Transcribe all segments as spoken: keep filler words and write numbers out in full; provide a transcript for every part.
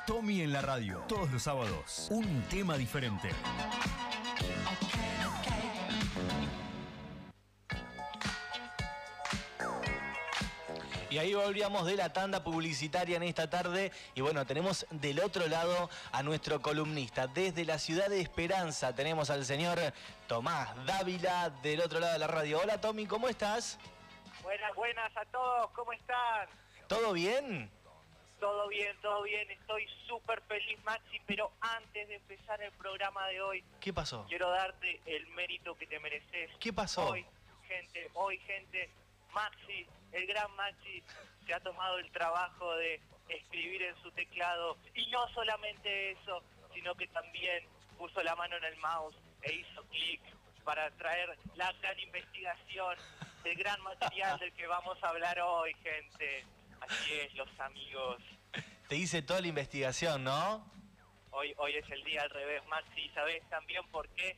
Tommy en la radio, todos los sábados, un tema diferente. Y ahí volvíamos de la tanda publicitaria en esta tarde. Y bueno, tenemos del otro lado a nuestro columnista. Desde la ciudad de Esperanza tenemos al señor Tomás Dávila del otro lado de la radio. Hola Tommy, ¿cómo estás? Buenas, buenas a todos, ¿cómo están? ¿Todo bien? Todo bien, todo bien, estoy súper feliz, Maxi, pero antes de empezar el programa de hoy... ¿Qué pasó? Quiero darte el mérito que te mereces. ¿Qué pasó? Hoy, gente, hoy, gente... Maxi, el gran Maxi, se ha tomado el trabajo de escribir en su teclado y no solamente eso, sino que también puso la mano en el mouse e hizo clic para traer la gran investigación del gran material del que vamos a hablar hoy, gente. Así es, los amigos. Te hice toda la investigación, ¿no? Hoy, hoy es el día al revés, Maxi, ¿sabés también por qué?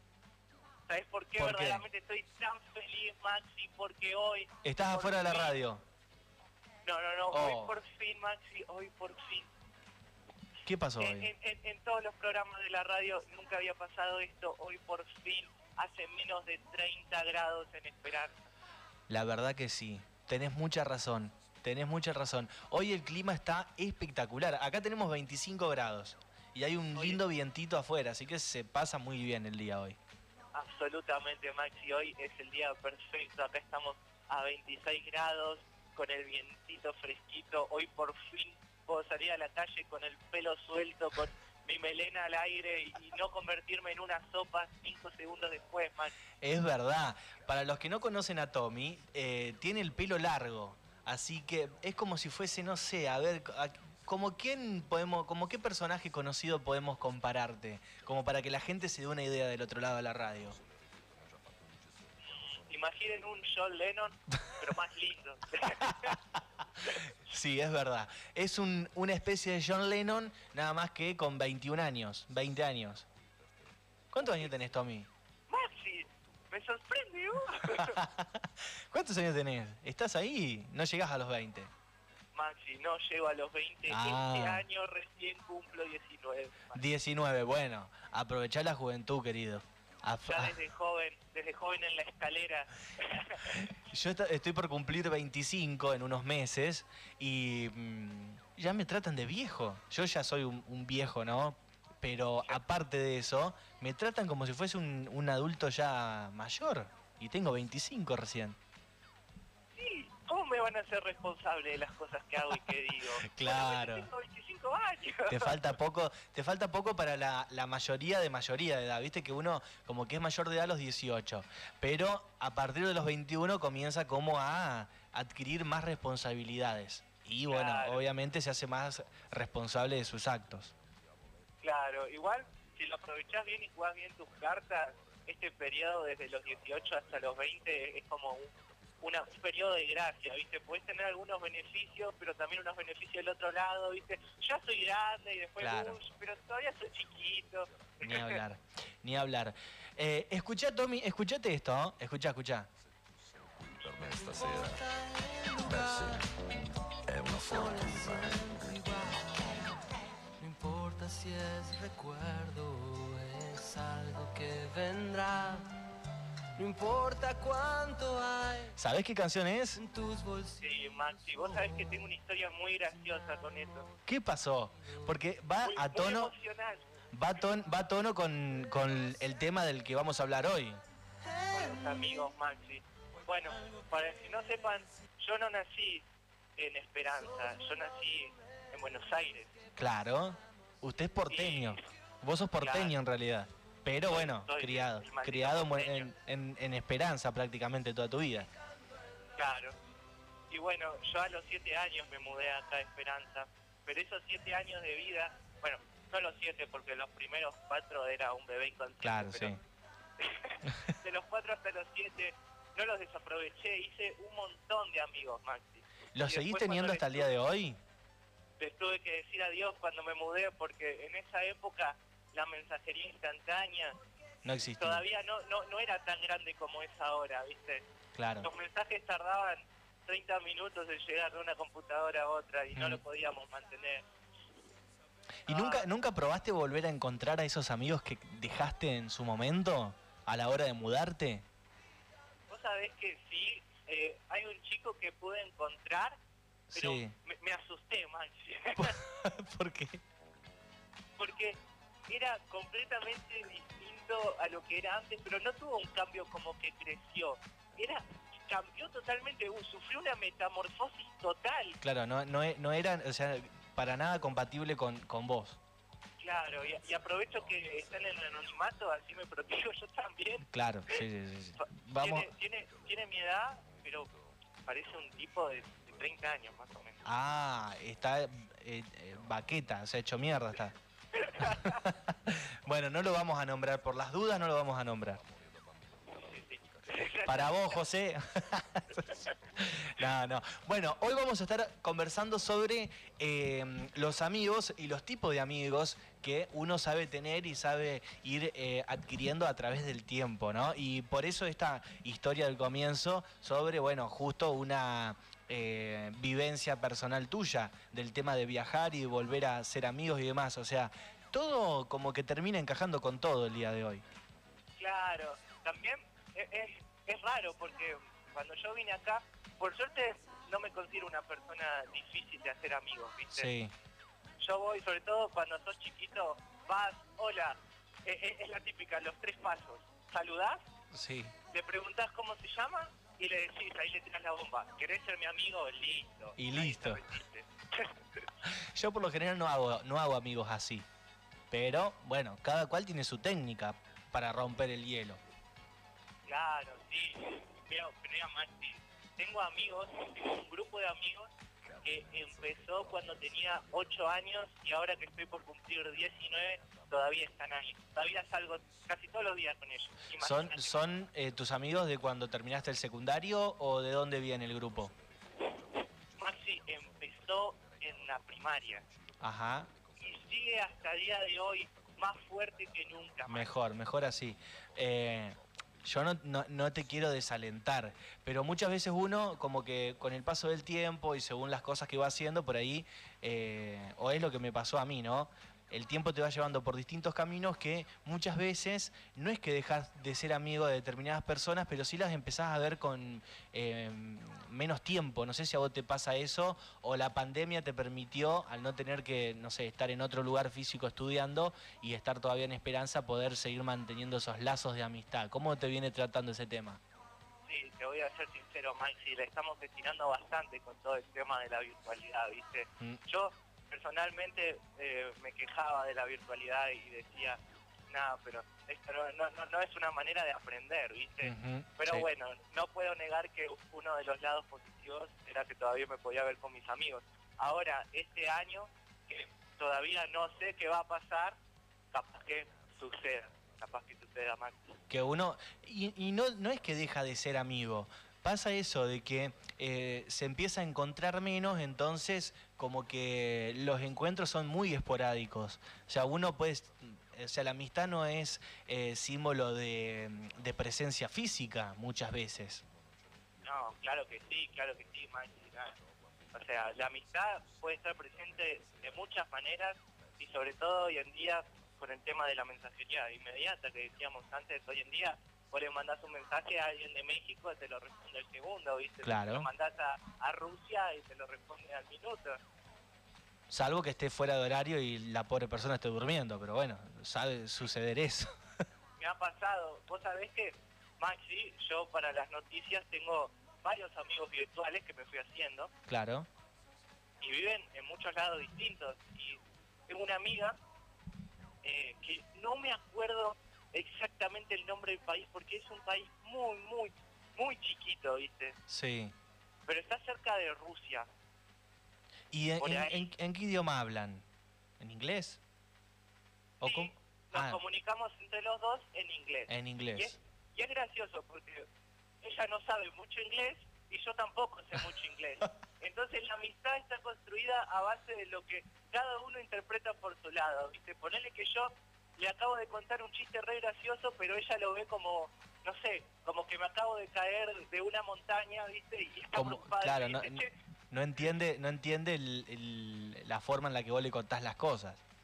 ¿Sabés por qué ¿Por qué? verdaderamente estoy tan feliz, Maxi? Porque hoy... Estás afuera de la radio. No, no, no, Oh. hoy por fin, Maxi, hoy por fin. ¿Qué pasó En, hoy? en, en, en todos los programas de la radio nunca había pasado esto, hoy por fin hace menos de treinta grados en Esperanza. La verdad que sí, tenés mucha razón, tenés mucha razón. Hoy el clima está espectacular. Acá tenemos veinticinco grados y hay un Oye. lindo vientito afuera, así que se pasa muy bien el día hoy. Absolutamente, Maxi, hoy es el día perfecto, acá estamos a veintiséis grados, con el vientito fresquito, hoy por fin puedo salir a la calle con el pelo suelto, con mi melena al aire y, y no convertirme en una sopa cinco segundos después, Maxi. Es verdad, para los que no conocen a Tommy, eh, tiene el pelo largo, así que es como si fuese, no sé, a ver... A, ¿Como quién podemos, como qué personaje conocido podemos compararte? Como para que la gente se dé una idea del otro lado de la radio. Imaginen un John Lennon, pero más lindo. Sí, es verdad. Es un, una especie de John Lennon, nada más que con veintiún años, veinte años. ¿Cuántos años tenés, Tommy? Maxi, me sorprende, ¿uh? ¿Cuántos años tenés? ¿Estás ahí? No llegás a los veinte. Maxi, no llego a los veinte, Ah. este año recién cumplo diecinueve. Maxi. diecinueve, bueno. Aprovechá la juventud, querido. Af- Ya desde joven, desde joven en la escalera. Yo est- estoy por cumplir veinticinco en unos meses y mm, ya me tratan de viejo. Yo ya soy un, un viejo, ¿no? Pero aparte de eso, me tratan como si fuese un, un adulto ya mayor. Y tengo veinticinco recién. Sí, ¿cómo me van a hacer responsable de las cosas que hago y que digo? Claro. Bueno, tengo veinticinco años. Te falta poco, te falta poco para la, la mayoría de mayoría de edad. Viste que uno como que es mayor de edad a los dieciocho. Pero a partir de los veintiuno comienza como a adquirir más responsabilidades. Y bueno, Claro. obviamente se hace más responsable de sus actos. Claro, igual, si lo aprovechás bien y jugás bien tus cartas, este periodo desde los dieciocho hasta los veinte es como un, una, un periodo de gracia, ¿viste? Podés tener algunos beneficios, pero también unos beneficios del otro lado, ¿viste? Ya soy grande y después, Claro. uy, pero todavía soy chiquito. Ni hablar, ni hablar. Eh, escuchá, Tommy, escuchate esto, ¿no? Escuchá, escuchá. Per me stasera, beh sì, è una fortuna. No importa si es recuerdo o es algo que vendrá. No importa cuánto hay ¿Sabés qué canción es? en tus bolsillos. Sí, Maxi, vos sabés que tengo una historia muy graciosa con eso. ¿Qué pasó? Porque va Muy, a muy tono, emocional. va a ton- va a tono con, con el tema del que vamos a hablar hoy. Con los amigos, Maxi. Bueno, para que no sepan, yo no nací en Esperanza, yo nací en Buenos Aires. Claro, usted es porteño. Sí. Vos sos porteño Claro. en realidad. Pero Soy- bueno, soy criado. el maldito Criado en, porteño. en- en- en Esperanza prácticamente toda tu vida. Claro. Y bueno, yo a los siete años me mudé acá a Esperanza, pero esos siete años de vida, bueno, no los siete porque los primeros cuatro era un bebé inconsciente. Claro, pero sí. de los cuatro hasta los siete no los desaproveché, hice un montón de amigos, Maxi. ¿Lo Y seguís después teniendo cuando hasta el les día de tuve- hoy? Les tuve que decir adiós cuando me mudé porque en esa época la mensajería instantánea No existe. todavía no, no, no era tan grande como es ahora, ¿viste? Claro. Los mensajes tardaban treinta minutos en llegar de una computadora a otra y no Mm. lo podíamos mantener. ¿Y Ah. nunca, nunca probaste volver a encontrar a esos amigos que dejaste en su momento a la hora de mudarte? Vos sabés que sí, eh, hay un chico que pude encontrar, pero Sí. me, me asusté, Maxi. ¿Por qué? Porque era completamente distinto a lo que era antes, pero no tuvo un cambio como que creció. Era, cambió totalmente, uh, sufrió una metamorfosis total. Claro, no, no, e- no eran, o sea, para nada compatible con, con vos. Claro, y, y aprovecho que está en el anonimato, así me protejo yo también. Claro, sí, sí, sí, sí. Pa- Vamos. Tiene, tiene, tiene mi edad, pero parece un tipo de, de treinta años más o menos. Ah, está eh, eh, baqueta, se ha hecho mierda, está. Bueno, no lo vamos a nombrar, por las dudas no lo vamos a nombrar. Sí, sí. Para vos, José. No, no. Bueno, hoy vamos a estar conversando sobre eh, los amigos y los tipos de amigos que uno sabe tener y sabe ir eh, adquiriendo a través del tiempo, ¿no? Y por eso esta historia del comienzo sobre, bueno, justo una eh, vivencia personal tuya del tema de viajar y de volver a ser amigos y demás. O sea, todo como que termina encajando con todo el día de hoy. Claro, también es, es, es raro porque cuando yo vine acá, por suerte no me considero una persona difícil de hacer amigos, ¿viste? Sí, Yo voy, sobre todo cuando sos chiquito, vas, hola, es, es- es la típica, los tres pasos. Saludás, sí. le preguntás cómo se llama y le decís, ahí le tiras la bomba. ¿Querés ser mi amigo? Listo. Y Nadie listo. se resiste. Yo por lo general no hago, no hago amigos así. Pero, bueno, cada cual tiene su técnica para romper el hielo. Claro, sí. Pero, pero mira, Maxi, tengo amigos, tengo un grupo de amigos que empezó cuando tenía ocho años y ahora que estoy por cumplir diecinueve, todavía están ahí. Todavía salgo casi todos los días con ellos. ¿Son, Imagínate. son eh, tus amigos de cuando terminaste el secundario o de dónde viene el grupo? Maxi empezó en la primaria Ajá, y sigue hasta el día de hoy más fuerte que nunca. Maxi. mejor, mejor así. Eh, yo no, no, no te quiero desalentar, pero muchas veces uno como que con el paso del tiempo y según las cosas que va haciendo por ahí, eh, o es lo que me pasó a mí, ¿no? El tiempo te va llevando por distintos caminos que muchas veces no es que dejas de ser amigo de determinadas personas, pero sí las empezás a ver con eh, menos tiempo. No sé si a vos te pasa eso o la pandemia te permitió, al no tener que, no sé, estar en otro lugar físico estudiando y estar todavía en esperanza, poder seguir manteniendo esos lazos de amistad. ¿Cómo te viene tratando ese tema? Sí, te voy a ser sincero, Maxi, le estamos destinando bastante con todo el tema de la virtualidad, ¿viste? Mm. Yo personalmente eh, me quejaba de la virtualidad y decía, nada, pero esto no, no, no- no es una manera de aprender, ¿viste? Ujú, Pero sí. bueno, no puedo negar que uno de los lados positivos era que todavía me podía ver con mis amigos. Ahora, este año, que todavía no sé qué va a pasar, capaz que suceda, capaz que suceda, Maxi. Que uno, y, y no, no es que deja de ser amigo, pasa eso de que eh, se empieza a encontrar menos, entonces como que los encuentros son muy esporádicos. O sea, uno puede, o sea, la amistad no es eh, símbolo de, de presencia física muchas veces. No, claro que sí, claro que sí, Maxi. claro. O sea, la amistad puede estar presente de muchas maneras y sobre todo hoy en día con el tema de la mensajería inmediata que decíamos antes, hoy en día vos le mandás un mensaje a alguien de México y te lo responde al segundo, ¿viste? Claro. Lo mandás a, a Rusia y te lo responde al minuto. Salvo que esté fuera de horario y la pobre persona esté durmiendo, pero bueno, sabe suceder eso. Me ha pasado, vos sabés que, Maxi, yo para las noticias tengo varios amigos virtuales que me fui haciendo Claro. y viven en muchos lados distintos. Y tengo una amiga eh, que no me acuerdo exactamente el nombre del país porque es un país muy, muy, muy chiquito, ¿viste? Sí. Pero está cerca de Rusia. ¿Y en, Por en- ahí. en- en qué idioma hablan? ¿En inglés? ¿O Sí, cómo? nos Ah, comunicamos entre los dos en inglés. en Y es, inglés. y es gracioso porque ella no sabe mucho inglés y yo tampoco sé mucho inglés. Entonces la amistad está construida a base de lo que cada uno interpreta por su lado, ¿viste? Ponele que yo le acabo de contar un chiste re gracioso, pero ella lo ve como, no sé, como que me acabo de caer de una montaña, ¿viste? Y está Como- preocupada y claro, me no, dice, no- "Che, no entiende, no entiende el- el- la forma en la que vos le contás las cosas.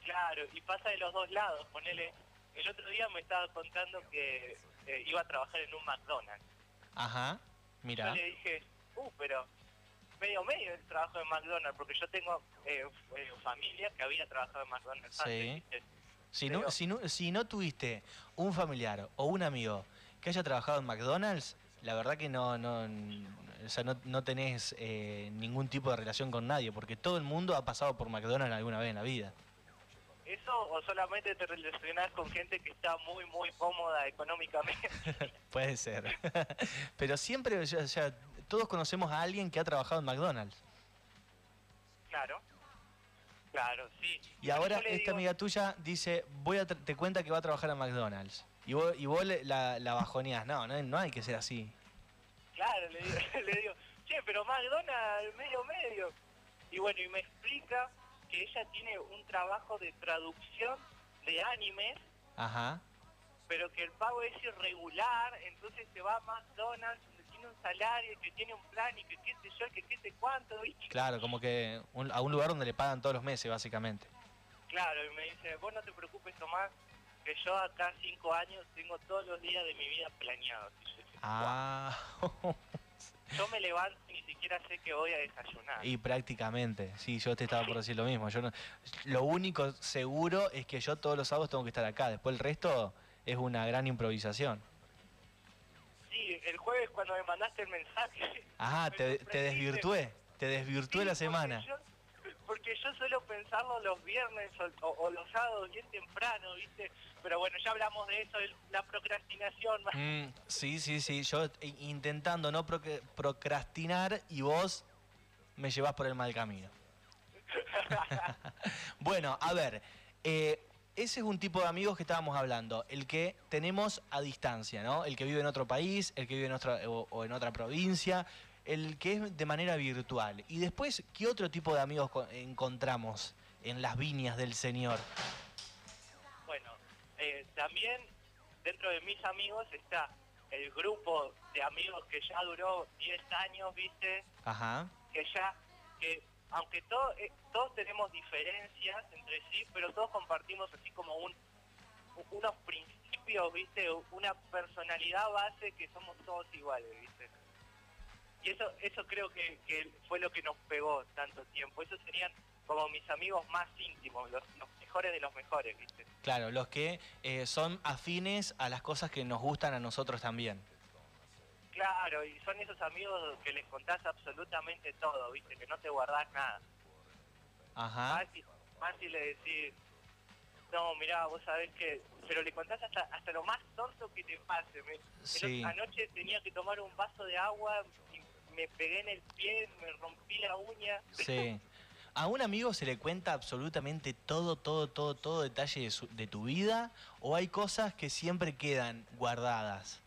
Claro, y pasa de los dos lados, ponele. El otro día me estaba contando que eh, iba a trabajar en un McDonald's. Ajá, mira. Yo le dije, uh, pero medio medio el trabajo en McDonald's, porque yo tengo eh, eh, familia que había trabajado en McDonald's Sí. antes, ¿viste? Si no, Pero- si, no, si no tuviste un familiar o un amigo que haya trabajado en McDonald's, la verdad que no, no, o sea, no, no tenés eh, ningún tipo de relación con nadie, porque todo el mundo ha pasado por McDonald's alguna vez en la vida. ¿Eso o solamente te relacionás con gente que está muy, muy cómoda económicamente? Puede ser. Pero siempre, o sea, todos conocemos a alguien que ha trabajado en McDonald's. Claro, claro, sí. Y ahora Yo le esta digo, amiga tuya dice, voy a tra- te cuenta que va a trabajar en McDonald's. Y vos, y vos le- la, la bajoneás. No, no, no hay que ser así. Claro, le digo, le digo, che, pero McDonald's medio medio. Y bueno, y me explica que ella tiene un trabajo de traducción de animes, Ajá. pero que el pago es irregular, entonces se va a McDonald's, donde tiene un salario, que tiene un plan y que qué sé yo, que qué sé cuánto, ¿viste? Claro, como que un- a un lugar donde le pagan todos los meses, básicamente. Claro, y me dice, vos no te preocupes, Tomás, que yo acá cinco años tengo todos los días de mi vida planeados. Y yo dije, Ah, "Guau". Yo me levanto y ni siquiera sé que voy a desayunar. y prácticamente. Sí, yo te estaba por decir lo mismo. Yo no- lo único seguro es que yo todos los sábados tengo que estar acá. Después el resto es una gran improvisación. Sí, el jueves cuando me mandaste el mensaje... Ajá, me te, te sorprendiste. desvirtué. Te desvirtué Sí, la porque semana. yo- Porque yo suelo pensarlo los viernes o, o- o los sábados bien temprano, ¿viste? Pero bueno, ya hablamos de eso, de la procrastinación. Mm, sí, sí, sí. Yo i- intentando no proc- procrastinar y vos me llevás por el mal camino. Bueno, a ver, eh, ese es un tipo de amigos que estábamos hablando, el que tenemos a distancia, ¿no? El que vive en otro país, el que vive en otra o, o en otra provincia, el que es de manera virtual. Y después, ¿qué otro tipo de amigos co- encontramos en las viñas del Señor? Bueno, eh, también dentro de mis amigos está el grupo de amigos que ya duró diez años, ¿viste? Ajá, Que ya, que aunque todo, eh, todos tenemos diferencias entre sí, pero todos compartimos así como un, u- unos principios, ¿viste? Una personalidad base que somos todos iguales, ¿viste? Y eso eso creo que, que fue lo que nos pegó tanto tiempo. Esos serían como mis amigos más íntimos, los, los mejores de los mejores, ¿viste? claro, los que eh, son afines a las cosas que nos gustan a nosotros también. Claro, y son esos amigos que les contás absolutamente todo, ¿viste? Que no te guardás nada. Ajá, Fácil, fácil de decir, no, mirá, vos sabés que... Pero le contás hasta, hasta lo más tonto que te pase. Me, el sí. otro- anoche tenía que tomar un vaso de agua y me pegué en el pie, me rompí la uña. Sí. ¿A un amigo se le cuenta absolutamente todo, todo, todo, todo detalle de, su- de tu vida? ¿O hay cosas que siempre quedan guardadas?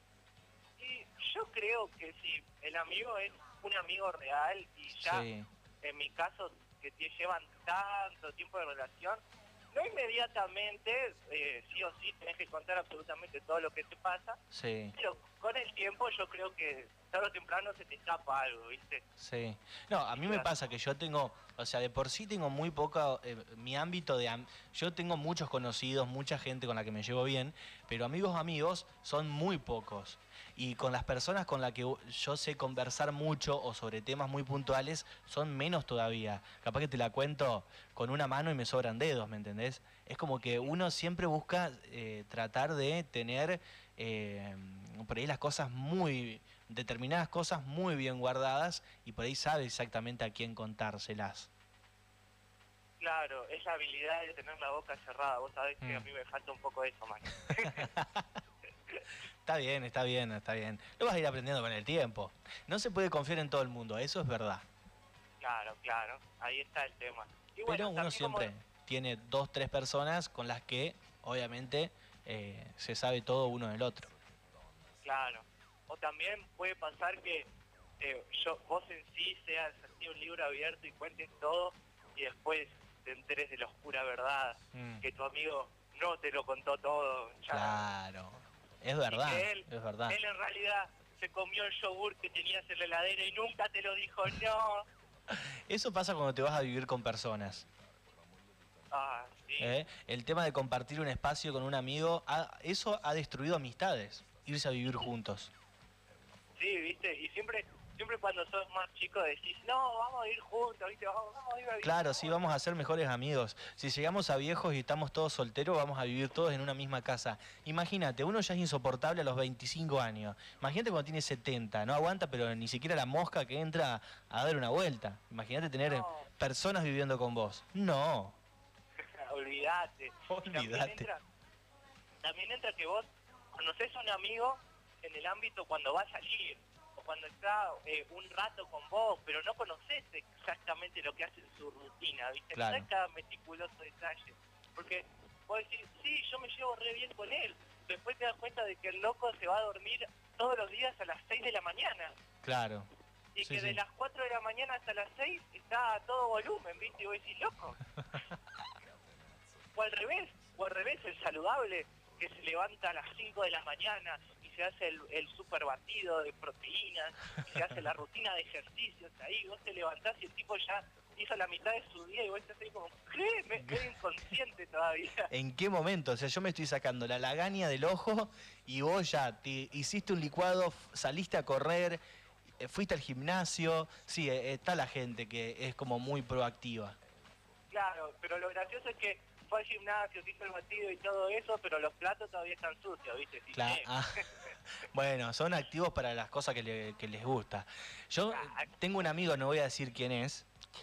Y yo creo que si el amigo es un amigo real y ya, Sí, en mi caso, que te llevan tanto tiempo de relación, no inmediatamente, eh, sí o sí, tenés que contar absolutamente todo lo que te pasa, sí, pero con el tiempo yo creo que tarde o temprano se te escapa algo, ¿viste? sí. No, a mí me pasa que yo tengo, o sea, de por sí tengo muy poca, eh, mi ámbito de... am- yo tengo muchos conocidos, mucha gente con la que me llevo bien, pero amigos amigos son muy pocos. Y con las personas con las que yo sé conversar mucho o sobre temas muy puntuales, son menos todavía. Capaz que te la cuento con una mano y me sobran dedos, ¿me entendés? Es como que uno siempre busca eh, tratar de tener eh, por ahí las cosas muy, determinadas cosas muy bien guardadas y por ahí sabe exactamente a quién contárselas. Claro, es la habilidad de tener la boca cerrada, vos sabés que Mm. a mí me falta un poco de eso, man. Está bien, está bien, está bien. Lo vas a ir aprendiendo con el tiempo. No se puede confiar en todo el mundo, eso es verdad. Claro, claro, ahí está el tema. Y Pero bueno, uno también como- siempre tiene dos, tres personas con las que obviamente eh, se sabe todo uno del otro. Claro. O también puede pasar que eh, yo, vos en sí seas así un libro abierto y cuentes todo y después te enteres de la oscura verdad, Mm, que tu amigo no te lo contó todo. Ya. claro, es Y verdad, que él, es verdad. él en realidad se comió el yogur que tenías en la heladera y nunca te lo dijo, no. Eso pasa cuando te vas a vivir con personas. Ah, sí. ¿eh? El tema de compartir un espacio con un amigo, ha- eso ha destruido amistades, irse a vivir juntos. Sí, viste, y siempre siempre cuando sos más chico decís, no, vamos a ir juntos, viste, vamos, vamos a ir a vivir Claro, sí, juntos". vamos a ser mejores amigos. Si llegamos a viejos y estamos todos solteros, vamos a vivir todos en una misma casa. Imagínate, uno ya es insoportable a los veinticinco años. Imagínate cuando tiene setenta, no aguanta, pero ni siquiera la mosca que entra a dar una vuelta. Imagínate tener No. personas viviendo con vos. No. Olvídate. Olvídate. También entra, también entra que vos conocés a un amigo en el ámbito cuando va a salir, o cuando está eh, un rato con vos, pero no conocés exactamente lo que hace en su rutina, ¿viste? Claro. No es cada meticuloso detalle. Porque vos decís, sí, yo me llevo re bien con él. Después te das cuenta de que el loco se va a dormir todos los días a las seis de la mañana. Claro. Y Sí, que sí. de las cuatro de la mañana hasta las seis está a todo volumen, ¿viste? Y vos decís, loco. O al revés, o al revés, el saludable que se levanta a las cinco de la mañana y se hace el, el super batido de proteínas, y se hace la rutina de ejercicios ahí, vos te levantás y el tipo ya hizo la mitad de su día y vos estás ahí como, ¿qué? Me, medio inconsciente todavía. ¿En qué momento? O sea, yo me estoy sacando la lagaña del ojo y vos ya te hiciste un licuado, f- saliste a correr, eh, fuiste al gimnasio. Sí, eh, está la gente que es como muy proactiva. Claro, pero lo gracioso es que fue al gimnasio, se hizo el batido y todo eso, pero los platos todavía están sucios, ¿viste? Sí, Cla- sí. ah, bueno, son activos para las cosas que, le- que les gusta. Yo Claro. tengo un amigo, no voy a decir quién es,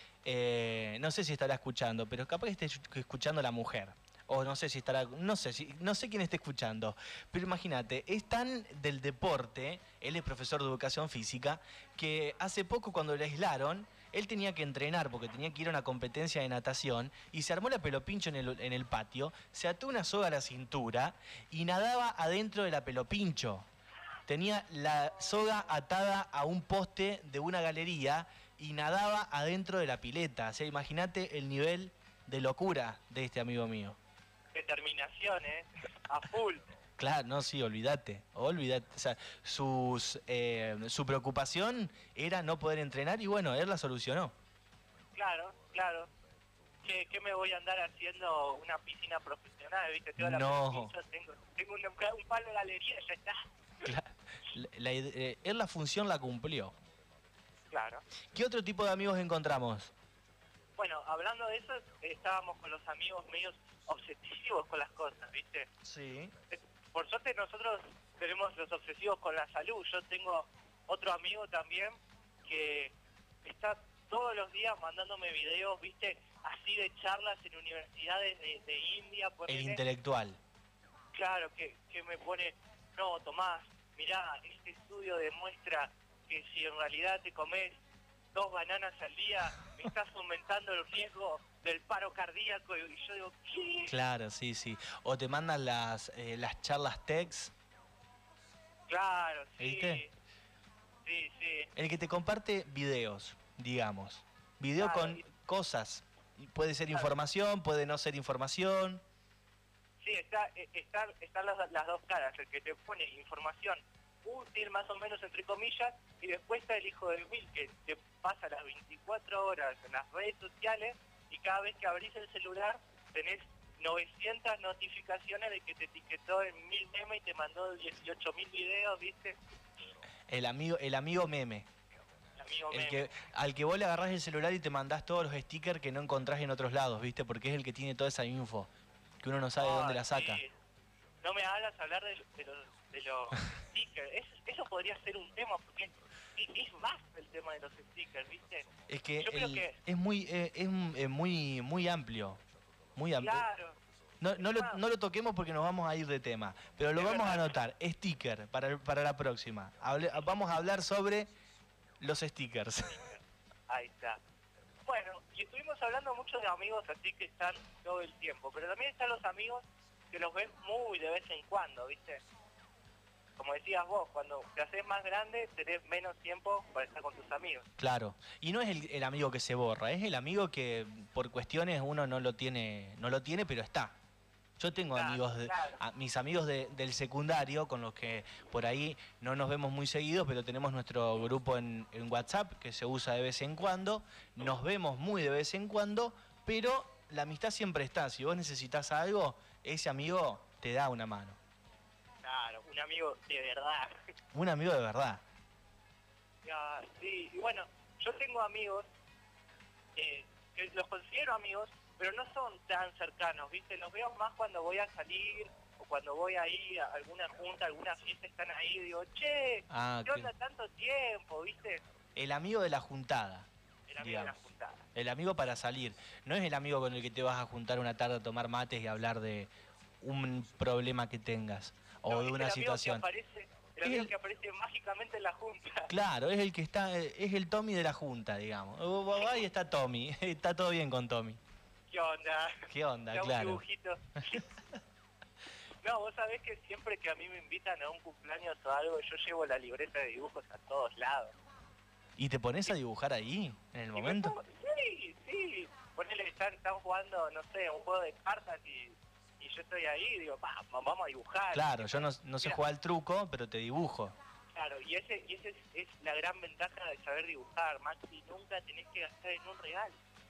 eh, no sé si estará escuchando, pero capaz que esté escu- escuchando la mujer. O no sé si estará, no sé, si, no sé quién esté escuchando. Pero imagínate, es tan del deporte, él es profesor de educación física, que hace poco cuando le aislaron, él tenía que entrenar porque tenía que ir a una competencia de natación y se armó la pelopincho en el, en el patio, se ató una soga a la cintura y nadaba adentro de la pelopincho. Tenía la soga atada a un poste de una galería y nadaba adentro de la pileta. O sea, imagínate el nivel de locura de este amigo mío. Determinación, ¿eh? A full. Claro, no, sí, olvídate, olvídate. O sea, sus, eh, su preocupación era no poder entrenar y bueno, él la solucionó. Claro, claro. ¿Qué, qué me voy a andar haciendo una piscina profesional? ¿Viste? Tengo la No. pelotilla, tengo, tengo un, un palo de galería, ya está. Cla- la- la ide- eh, él la función la cumplió. Claro. ¿Qué otro tipo de amigos encontramos? Bueno, hablando de eso, estábamos con los amigos medios obsesivos con las cosas, ¿viste? Sí. Por suerte nosotros tenemos los obsesivos con la salud. Yo tengo otro amigo también que está todos los días mandándome videos, ¿viste? Así de charlas en universidades de, de India. El ponele. intelectual. Claro, que, que me pone, no, Tomás, mirá, este estudio demuestra que si en realidad te comes dos bananas al día, estás aumentando el riesgo del paro cardíaco. Y yo digo, ¿qué? Claro, sí, sí. O te mandan las, eh, las charlas Tex. Claro, sí. ¿Viste? Sí, sí. El que te comparte videos, digamos. Video Claro, con y- cosas. Y puede ser Claro. información, puede no ser información. Sí, está, eh, están, están las, las dos caras, el que te pone información útil más o menos entre comillas, y después está el hijo de mil que te pasa las veinticuatro horas en las redes sociales y cada vez que abrís el celular tenés novecientas notificaciones de que te etiquetó en mil memes y te mandó dieciocho mil videos, ¿viste? El amigo, el amigo meme. El amigo El meme. que, al que vos le agarrás el celular y te mandás todos los stickers que no encontrás en otros lados, ¿viste? Porque es el que tiene toda esa info. Que uno no sabe de dónde Ay, la saca. sí. No me hagas hablar de, de los, de los stickers. Es- eso podría ser un tema porque es, es vasto el tema de los stickers, ¿viste? Es que, Yo creo el- que- es muy eh, es eh, muy muy amplio. Muy amplio. Claro. No, no, lo, Ah. no lo toquemos porque nos vamos a ir de tema. Pero lo Es vamos a verdad. anotar. Sticker para, para la próxima. Hable- vamos a hablar sobre los stickers. Ahí está. Bueno, y estuvimos hablando mucho de amigos así que están todo el tiempo, pero también están los amigos que los ves muy de vez en cuando, ¿viste? Como decías vos, cuando te haces más grande tenés menos tiempo para estar con tus amigos. Claro. Y no es el, el amigo que se borra, es el amigo que por cuestiones uno no lo tiene, no lo tiene, pero está. Yo tengo Claro, amigos, de, claro. a- mis amigos de- del secundario con los que por ahí no nos vemos muy seguidos, pero tenemos nuestro grupo en, en WhatsApp que se usa de vez en cuando, nos vemos muy de vez en cuando, pero la amistad siempre está. Si vos necesitas algo, ese amigo te da una mano. Claro, un amigo de verdad. Un amigo de verdad. Ya, sí, y bueno, yo tengo amigos eh, que los considero amigos, pero no son tan cercanos, ¿viste? Los veo más cuando voy a salir o cuando voy ahí a alguna junta, alguna fiesta, están ahí, digo, che, Ah, ¿qué que- onda tanto tiempo, viste? El amigo de la juntada. El amigo de la Digamos. juntada. El amigo para salir. No es el amigo con el que te vas a juntar una tarde a tomar mates y hablar de un problema que tengas o No, de es una el amigo que situación. aparece, el amigo El- que aparece mágicamente en la junta. Claro, es el que está, es el Tommy de la junta, digamos. Oh, ahí está Tommy, está todo bien con Tommy. ¿Qué onda? ¿Qué onda? Da un Claro. dibujito. No, vos sabés que siempre que a mí me invitan a un cumpleaños o algo, yo llevo la libreta de dibujos a todos lados. ¿Y te pones a dibujar ahí, en el Y me momento? pongo- sí, sí. Ponele, están, están jugando, no sé, un juego de cartas y, y yo estoy ahí y digo, "Va, vamos a dibujar". Claro, yo no, no sé Mira, jugar al truco, pero te dibujo. Claro, y ese, y ese es, es la gran ventaja de saber dibujar, Maxi. Nunca tenés que gastar en un regalo.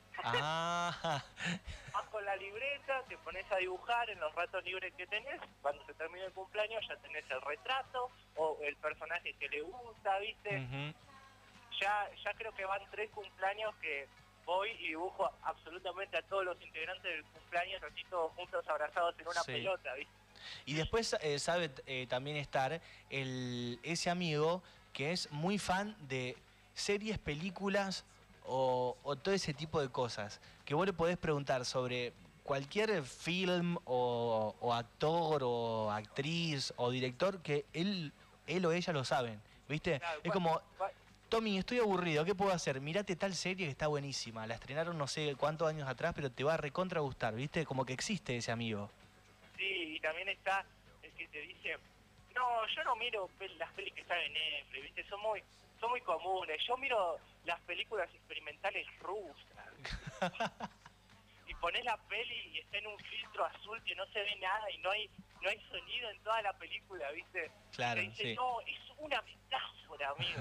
Ah, Vas con la libreta, te pones a dibujar en los ratos libres que tenés. Cuando se termine el cumpleaños ya tenés el retrato o el personaje que le gusta, ¿viste? ujú. Ya, ya creo que van tres cumpleaños que voy y dibujo absolutamente a todos los integrantes del cumpleaños, así todos juntos abrazados en una Sí. pelota, ¿viste? Y después eh, sabe eh, también estar el, ese amigo que es muy fan de series, películas o, o todo ese tipo de cosas. Que vos le podés preguntar sobre cualquier film o, o actor o actriz o director que él, él o ella lo saben. ¿Viste? Claro, Es cua- como, cua- Tommy, estoy aburrido, ¿qué puedo hacer? Mirate tal serie que está buenísima. La estrenaron no sé cuántos años atrás, pero te va a recontra gustar, ¿viste? Como que existe ese amigo. Sí, y también está el que te dice, no, yo no miro pel- las pelis que están en Netflix, ¿viste? Son muy, son muy comunes. Yo miro las películas experimentales rusas. Y ponés la peli y está en un filtro azul que no se ve nada y no hay no hay sonido en toda la película, ¿viste? Claro, Y te dice, sí. no, es una metáfora, amigo.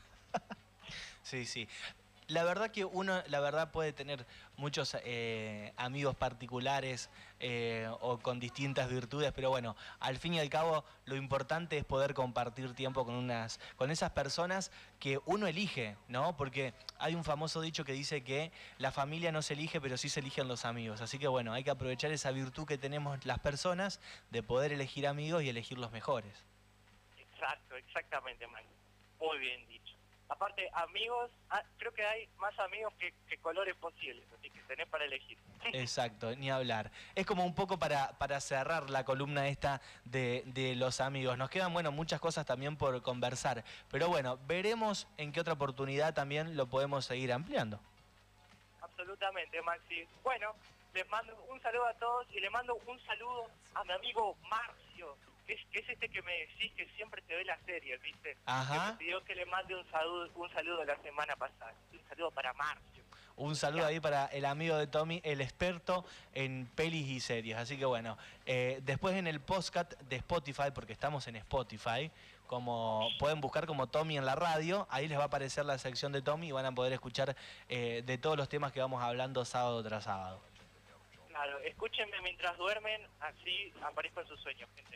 Sí, sí. La verdad que uno, la verdad, puede tener muchos eh, amigos particulares eh, o con distintas virtudes, pero bueno, al fin y al cabo lo importante es poder compartir tiempo con unas, con esas personas que uno elige, ¿no? Porque hay un famoso dicho que dice que la familia no se elige, pero sí se eligen los amigos. Así que bueno, hay que aprovechar esa virtud que tenemos las personas de poder elegir amigos y elegir los mejores. Exacto, exactamente, man. Muy bien dicho. Aparte, amigos, ah, creo que hay más amigos que, que colores posibles, así que tenés para elegir. Exacto, ni hablar. Es como un poco para, para cerrar la columna esta de, de los amigos. Nos quedan, bueno, muchas cosas también por conversar. Pero bueno, veremos en qué otra oportunidad también lo podemos seguir ampliando. Absolutamente, Maxi. Bueno, les mando un saludo a todos y le mando un saludo a mi amigo Marcio, que es, que es este que me decís que siempre te ve las series, ¿viste? Ajá. Que me pidió que le mande un saludo, un saludo la semana pasada. Un saludo para Marcio. Un saludo ahí para el amigo de Tommy, el experto en pelis y series. Así que bueno, eh, después en el podcast de Spotify, porque estamos en Spotify, como pueden buscar como Tommy en la radio, ahí les va a aparecer la sección de Tommy y van a poder escuchar eh, de todos los temas que vamos hablando sábado tras sábado. Claro, escúchenme mientras duermen, así aparezco en sus sueños, gente.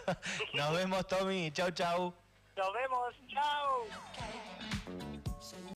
Nos vemos, Tommy. Chau, chau. Nos vemos, chao.